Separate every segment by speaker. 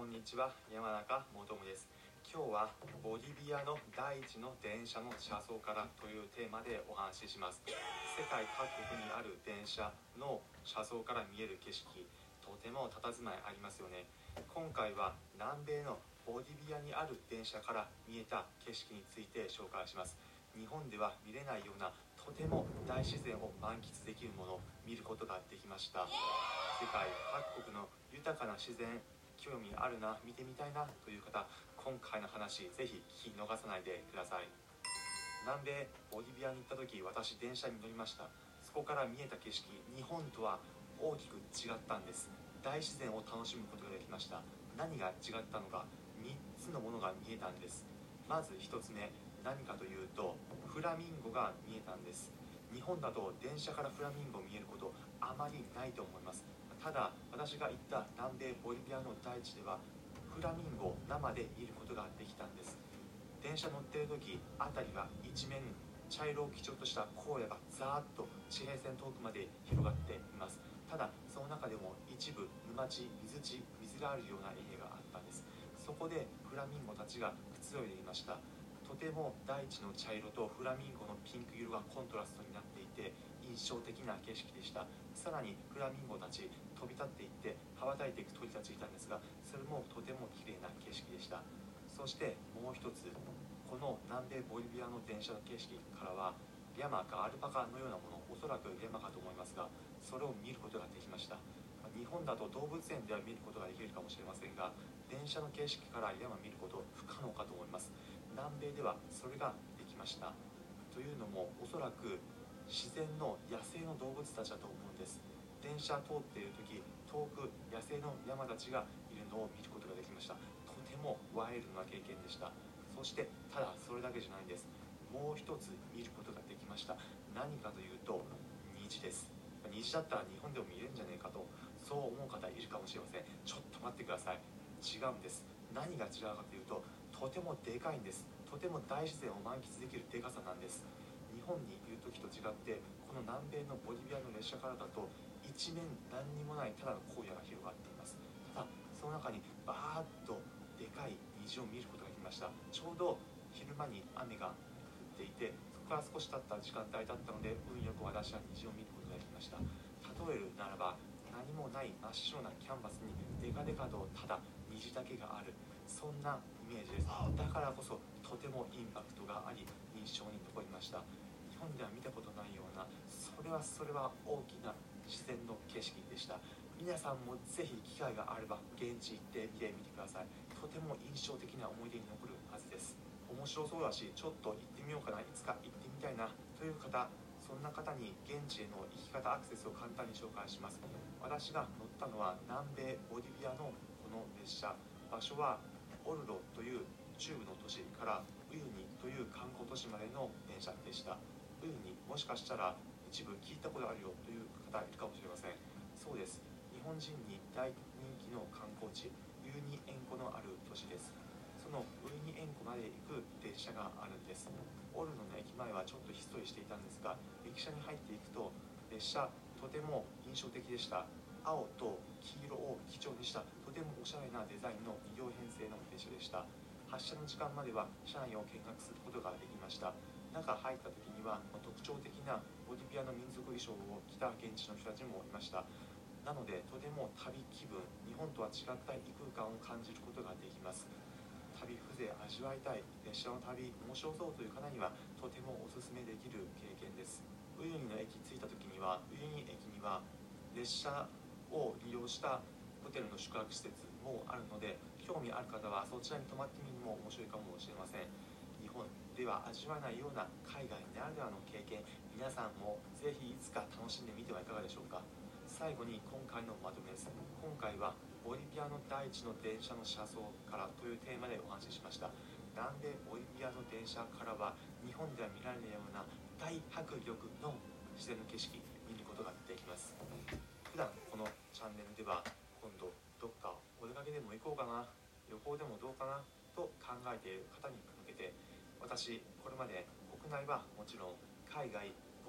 Speaker 1: こんにちは、山中もともです。今日はボリビアの第一の電車の車窓からというテーマでお話しします。世界各国にある電車の車窓から見える景色、とても佇まいありますよね。今回は南米のボリビアにある電車から見えた景色について紹介します。日本では見れないようなとても大自然を満喫できるものを見ることができました。世界各国の豊かな自然、興味あるな、見てみたいなという方、今回の話ぜひ聞き逃さないでください。南米ボリビアに行った時、私電車に乗りました。そこから見えた景色、日本とは大きく違ったんです。大自然を楽しむことができました。何が違ったのか、3つのものが見えたんです。まず1つ目、何かというとフラミンゴが見えたんです。日本だと電車からフラミンゴ見えることあまりないと思います。ただ私が行った南米ボリビアの大地ではフラミンゴを生で見ることができたんです。電車乗っている時、辺りは一面茶色を基調とした荒野がザーッと地平線遠くまで広がっています。ただその中でも一部沼地、水があるようなエリアがあったんです。そこでフラミンゴたちがくつろいでいました。とても大地の茶色とフラミンゴのピンク色がコントラストになっていて印象的な景色でした。さらにフラミンゴたち飛び立っていって羽ばたいていく鳥たちいたんですが、それもとても綺麗な景色でした。そしてもう一つ、この南米ボリビアの電車の景色からはリャマかアルパカのようなもの、おそらくリャマかと思いますが、それを見ることができました。日本だと動物園では見ることができるかもしれませんが、電車の景色からリャマ見ること不可能かと思います。南米ではそれができました。というのもおそらく自然の野生の動物たちだと思うんです。電車通っている時、遠く野生の山たちがいるのを見ることができました。とてもワイルドな経験でした。そしてただそれだけじゃないんです。もう一つ見ることができました。何かというと虹です。虹だったら日本でも見れるんじゃねえかとそう思う方いるかもしれません。ちょっと待ってください。違うんです。何が違うかというと、とてもでかいんです。とても大自然を満喫できるでかさなんです。日本にいる時と違ってこの南米のボリビアの列車からだと一面何にもないただの荒野が広がっています。ただその中にバーッとでかい虹を見ることができました。ちょうど昼間に雨が降っていて、そこから少し経った時間帯だったので運よく私は虹を見ることができました。例えるならば、何もない真っ白なキャンバスにデカデカとただ虹だけがある、そんなイメージです。だからこそとてもインパクトがあり印象に残りました。日本では見たことないようなそれは大きな自然の景色でした。皆さんもぜひ機会があれば現地行って見てみてください。とても印象的な思い出に残るはずです。面白そうだしちょっと行ってみようかな、いつか行ってみたいなという方、そんな方に現地への行き方アクセスを簡単に紹介します。私が乗ったのは南米ボリビアのこの列車、場所はオルロという中部の都市からウユニという観光都市までの電車でした。ウユニ、もしかしたら一部聞いたことあるよという方いるかもしれません。そうです。日本人に大人気の観光地、ウユニ塩湖のある都市です。そのウユニ塩湖まで行く電車があるんです。オルロの駅前はちょっとひっそりしていたんですが、駅舎に入っていくと列車とても印象的でした。青と黄色を基調にしたとてもおしゃれなデザインの2両編成の列車でした。発車の時間までは車内を見学することができました。中入った時には特徴的なボリビアの民族衣装を着た現地の人たちもいました。なのでとても旅気分、日本とは違った異空間を感じることができます。旅風情味わいたい、列車の旅面白そうという方にはとてもおすすめできる経験です。ウユニの駅着いた時には、ウユニ駅には列車を利用したホテルの宿泊施設もあるので、興味ある方はそちらに泊まってみるのも面白いかもしれません。日本では味わえないような海外ならではの経験、皆さんもぜひいつか楽しんでみてはいかがでしょうか。最後に今回のまとめです。今回はボリビアの大地の電車の車窓からというテーマでお話ししました。南米ボリビアの電車からは日本では見られないような大迫力の自然の景色見ることができます。普段このチャンネルでは今度どっかお出かけでも行こうかな、旅行でもどうかなと考えている方に向けて、私これまで国内はもちろん海外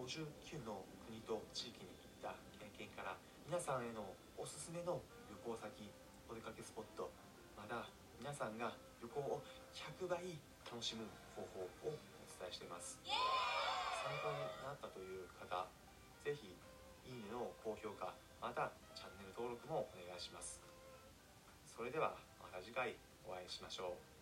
Speaker 1: 59の国と地域に行った経験から、皆さんへのおすすめの旅行先、お出かけスポット、 また皆さんが旅行を100倍楽しむ方法をお伝えしています。参考になったという方、ぜひいいねの高評価、またチャンネル登録もお願いします。それではまた次回お会いしましょう。